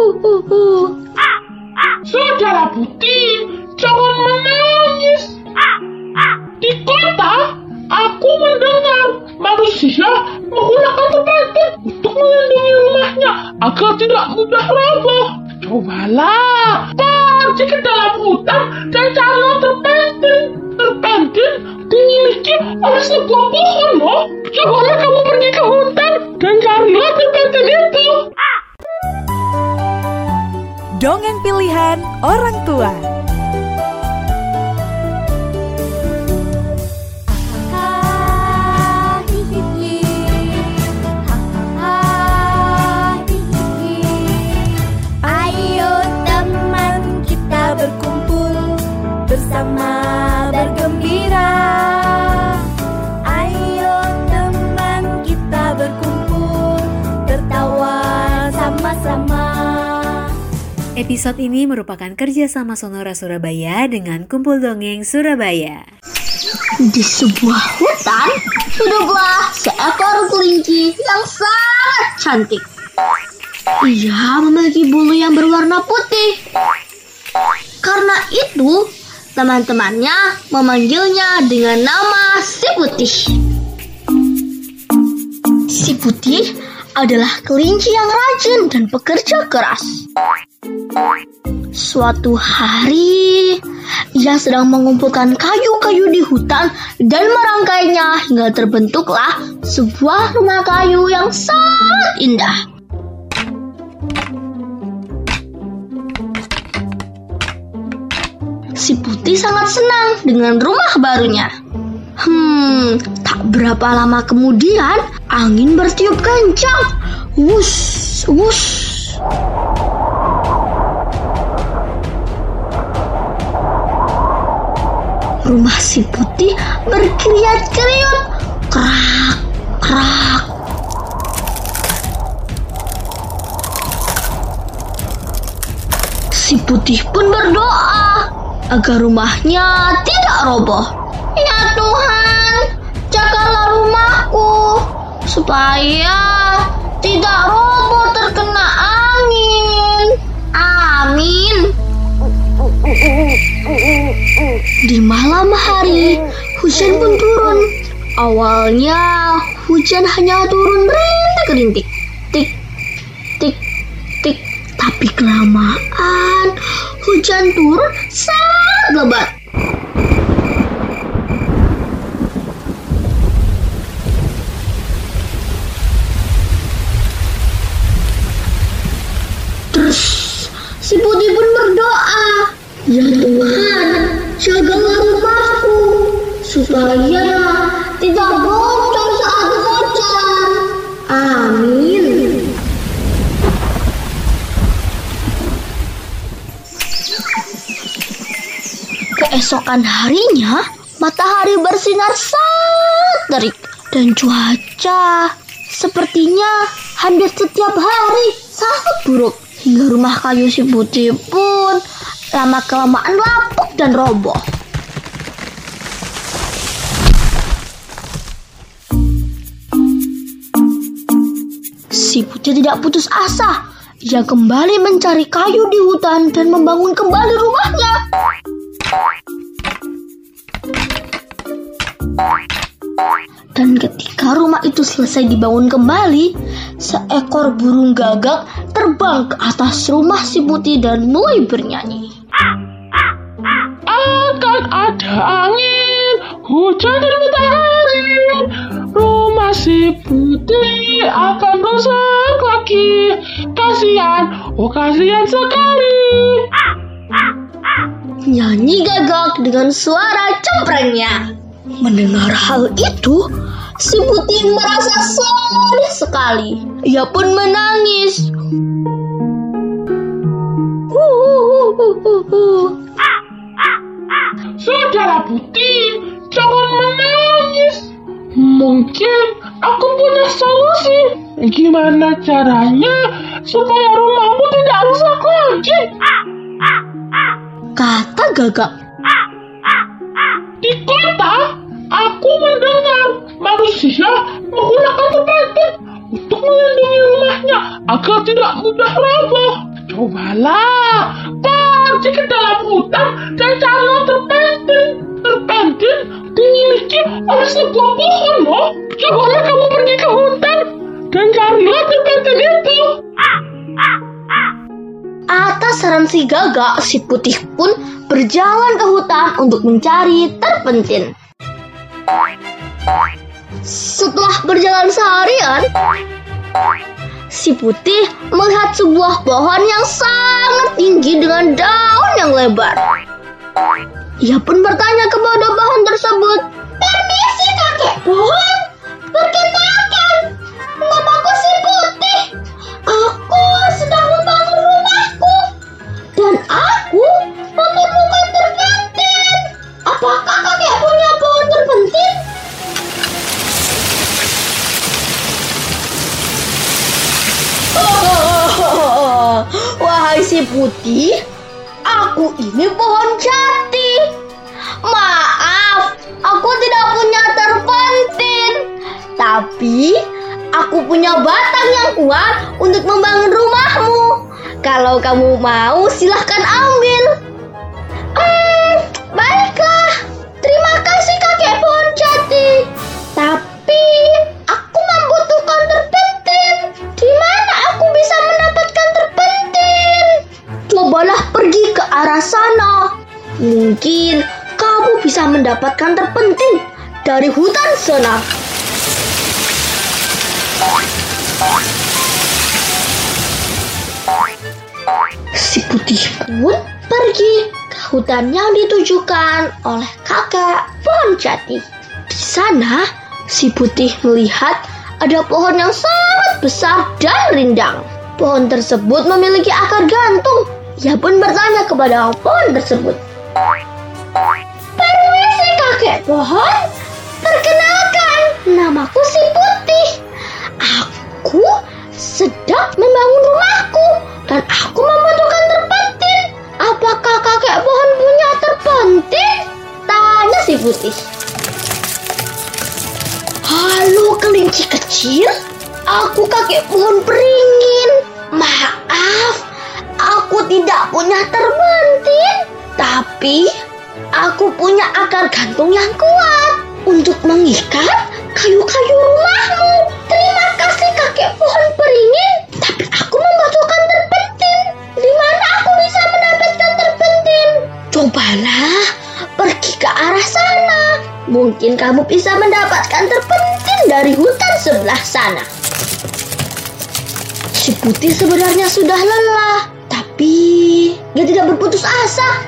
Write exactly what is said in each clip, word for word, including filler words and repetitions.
Saudara Putih, jangan menangis. Di kota, aku mendengar manusia menggunakan terpentin untuk melindungi rumahnya agar tidak mudah roboh. Cobalah pergi ke dalam hutan dan carilah terpentin. Terpentin dimiliki oleh sebuah pohon loh. Cobalah kamu pergi ke hutan dan carilah terpentin itu. Dongeng pilihan orang tua. Ayo teman kita berkumpul bersama bergembira. Ayo teman kita berkumpul tertawa sama-sama. Episode ini merupakan kerjasama Sonora Surabaya dengan Kumpul Dongeng Surabaya. Di sebuah hutan, hiduplah seekor kelinci yang sangat cantik. Ia memiliki bulu yang berwarna putih. Karena itu, teman-temannya memanggilnya dengan nama Si Putih. Si Putih adalah kelinci yang rajin dan pekerja keras. Suatu hari, ia sedang mengumpulkan kayu-kayu di hutan dan merangkainya hingga terbentuklah sebuah rumah kayu yang sangat indah. Si Putih sangat senang dengan rumah barunya. Hmm, tak berapa lama kemudian, angin bertiup kencang. Wush, wush. Rumah Si Putih berkeriut-keriut. Krak, krak. Si Putih pun berdoa agar rumahnya tidak roboh. Ya Tuhan, jagalah rumahku supaya tidak roboh terkena angin. Amin. Di malam hari, hujan pun turun. Awalnya, hujan hanya turun rintik-rintik. Tik, tik, tik. Tapi kelamaan, hujan turun sangat lebat. Terus, Si Putih pun berdoa, ya Tuhan, jagalah rumahku supaya tidak bocor saat hujan. Amin. Keesokan harinya, matahari bersinar sangat terik dan cuaca sepertinya hampir setiap hari sangat buruk. Hingga rumah kayu Si Putih pun lama-kelamaan lapuk dan roboh. Si Putih tidak putus asa. Ia kembali mencari kayu di hutan dan membangun kembali rumahnya. Dan ketika rumah itu selesai dibangun kembali, seekor burung gagak terbang ke atas rumah Si Putih dan mulai bernyanyi. Akan ada angin, hujan dan matahari. Rumah Si Putih akan rusak lagi. Kasihan, oh kasihan sekali. Nyanyi gagak dengan suara cemprengnya. Mendengar hal itu, Si Putih merasa sedih sekali. Ia pun menangis. Saudara Putih, jangan menangis. Mungkin aku punya solusi. Gimana caranya supaya rumahmu tidak rusak lagi? Kata gagak. Di kota, aku mendengar manusia menggunakan terpentin untuk melindungi rumahnya agar tidak mudah roboh. Cobalah pergi ke dalam hutan dan carilah terpentin. Terpentin dimiliki oleh sebuah pohon loh. Cobalah kamu pergi ke hutan dan carilah terpentin itu. Atas saran si Gagak, si Putih pun berjalan ke hutan untuk mencari terpentin. Setelah berjalan seharian, si Putih melihat sebuah pohon yang sangat tinggi dengan daun yang lebar. Ia pun bertanya kepada pohon tersebut, "Permisi kakek pohon, perkenalkan, namaku si Putih. Aku sedang membangun rumahku dan aku memerlukan terpentin. Apakah kakek punya pohon terpentin?" Wahai si Putih, aku ini pohon jati. Maaf, aku tidak punya terpentin. Tapi aku punya batang yang kuat untuk membangun rumahmu. Kalau kamu mau, silahkan ambil. Hmm, baiklah. Terima kasih kakek pohon jati. Tapi aku membutuhkan terpentin. Di mana aku bisa mendapatkan terpentin? Cobalah pergi ke arah sana. Mungkin kamu bisa mendapatkan terpentin dari hutan sana. Si Putih pun pergi ke hutan yang ditujukan oleh kakek pohon jati. Di sana, si Putih melihat ada pohon yang sangat besar dan rindang. Pohon tersebut memiliki akar gantung. Ia pun bertanya kepada pohon tersebut, "Permisi kakek pohon, perkenalkan, namaku si Putih. Aku sedang membangun rumahku dan aku membutuhkan terpentin. Apakah kakek pohon punya terpentin?" tanya si Putih. "Halo kelinci kecil, aku kakek pohon beringin. Maaf, aku tidak punya terpentin, tapi aku punya akar gantung yang kuat untuk mengikat kayu-kayu rumahmu. Terima kasih kakek pohon beringin, tapi aku membutuhkan terpentin. Di mana aku bisa mendapatkan terpentin?" Cobalah pergi ke arah sana. Mungkin kamu bisa mendapatkan terpentin dari hutan sebelah sana. Si Putih sebenarnya sudah lelah, tapi dia tidak berputus asa.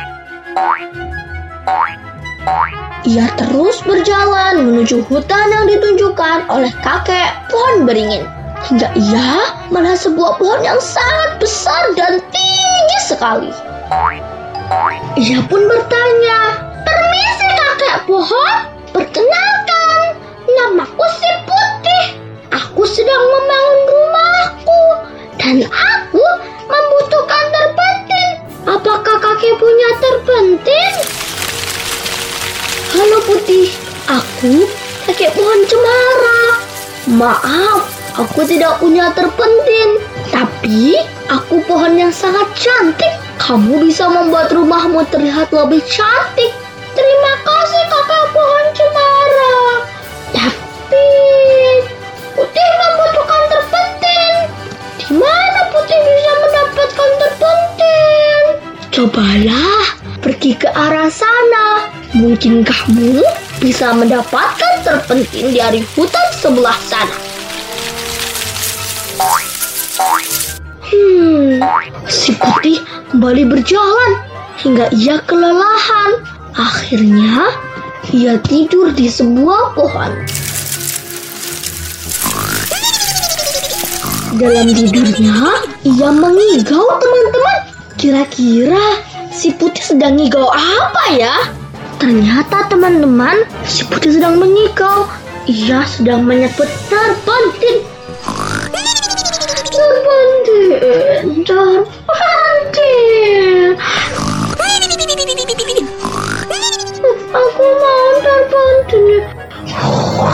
Ia terus berjalan menuju hutan yang ditunjukkan oleh kakek pohon beringin. Hingga ia melihat sebuah pohon yang sangat besar dan tinggi sekali. Ia pun bertanya, "Permisi kakek pohon, perkenalkan, namaku si Putih. Aku sedang membangun rumahku dan aku membutuhkan terpentin. Apakah kakek punya terpentin?" "Halo Putih, aku kakek pohon cemara. Maaf, aku tidak punya terpentin. Tapi aku pohon yang sangat cantik. Kamu bisa membuat rumahmu terlihat lebih cantik." "Terima kasih kakek pohon cemara. Tapi Putih membutuhkan terpentin. Di mana Putih bisa mendapatkan terpentin?" Cobalah pergi ke arah sana. Mungkin kamu bisa mendapatkan terpentin dari hutan sebelah sana. Hmm, si Putih kembali berjalan hingga ia kelelahan. Akhirnya, ia tidur di sebuah pohon. Dalam tidurnya, ia mengigau teman-teman. Kira-kira si Putih sedang ngigau apa ya? Ternyata teman-teman, si Putih sedang mengigau. Ia sedang menyebut terpentin. Terpentin, terpentin. Aku mau terpentin.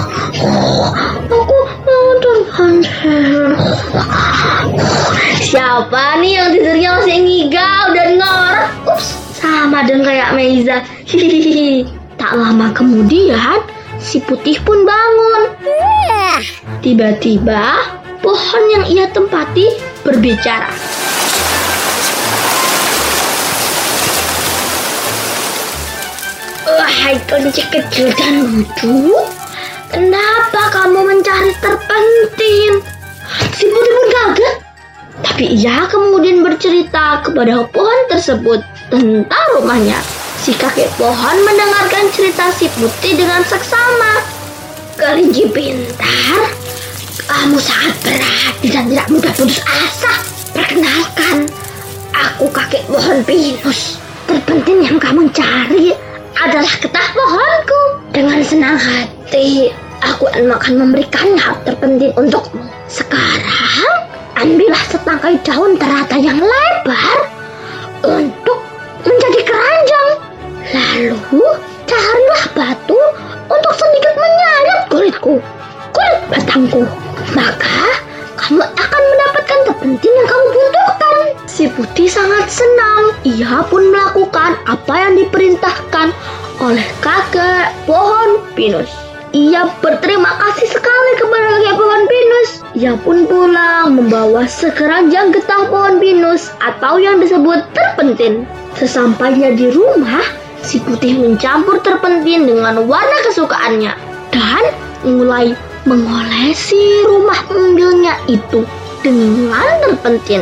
Aku mau terpentin. Siapa Siapa nih yang tidurnya masih ngigau dan ngorok? Ups, sama dong kayak Meiza. Hihihi. Tak lama kemudian, si Putih pun bangun. Tiba-tiba, pohon yang ia tempati berbicara. Wahai kelinci kecil dan lucu, kenapa kamu mencari terpentin? Si Putih pun kaget. Tapi ia kemudian bercerita kepada pohon tersebut tentang rumahnya. Si kakek pohon mendengarkan cerita si Putih dengan seksama. Kelinci pintar, kamu sangat berhati dan tidak mudah putus asa. Perkenalkan, aku kakek pohon pinus. Terpenting yang kamu cari adalah getah pohonku. Dengan senang hati, aku akan memberikan hak terpenting untukmu. Sekarang, ambillah setangkai daun teratai yang lebar untuk menjadi keranjang. Lalu, carilah batu untuk sedikit menyayat kulitku, kulit batangku. Maka, kamu akan mendapatkan terpenting yang kamu butuhkan. Si Putih sangat senang. Ia pun melakukan apa yang diperintahkan oleh kakek pohon pinus. Ia berterima kasih sekali kepada kakek pohon pinus. Ia pun pulang membawa sekeranjang getah pohon pinus atau yang disebut terpentin. Sesampainya di rumah, si Putih mencampur terpentin dengan warna kesukaannya dan mulai mengolesi rumah mobilnya itu dengan terpentin.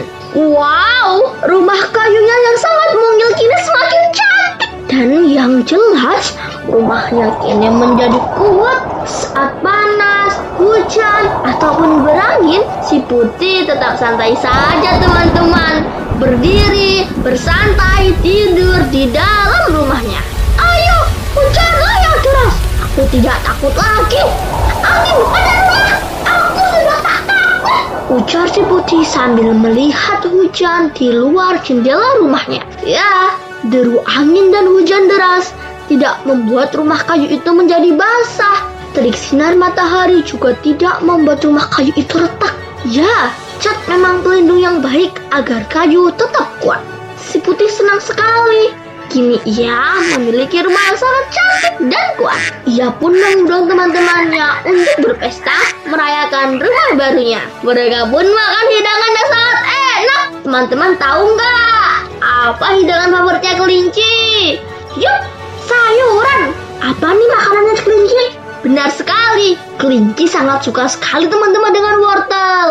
Wow, rumah kayunya yang sangat mungil kini semakin cantik. Dan yang jelas, rumahnya kini menjadi kuat saat panas, hujan, ataupun berangin. Si Putih tetap santai saja teman-teman. Berdiri, bersantai, tidur di dalam rumahnya. Ayo, hujanlah yang deras. Aku tidak takut lagi. Angin pada rumah, aku sudah tak takut. Ujar si Putih sambil melihat hujan di luar jendela rumahnya. Ya, deru angin dan hujan deras tidak membuat rumah kayu itu menjadi basah. Terik sinar matahari juga tidak membuat rumah kayu itu retak. Ya, cat memang pelindung yang baik agar kayu tetap kuat. Si Putih senang sekali. Kini ia memiliki rumah yang sangat cantik dan kuat. Ia pun mengundang teman-temannya untuk berpesta merayakan rumah barunya. Mereka pun makan hidangan yang sangat enak. Teman-teman tahu nggak apa hidangan favoritnya kelinci? Yuk, sayuran. Apa nih makanannya kelinci? Benar sekali, kelinci sangat suka sekali teman-teman dengan wortel.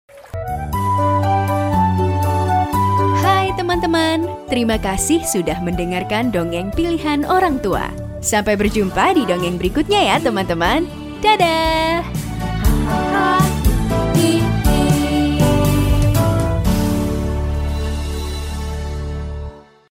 Teman-teman, terima kasih sudah mendengarkan dongeng pilihan orang tua. Sampai berjumpa di dongeng berikutnya ya teman-teman. Dadah!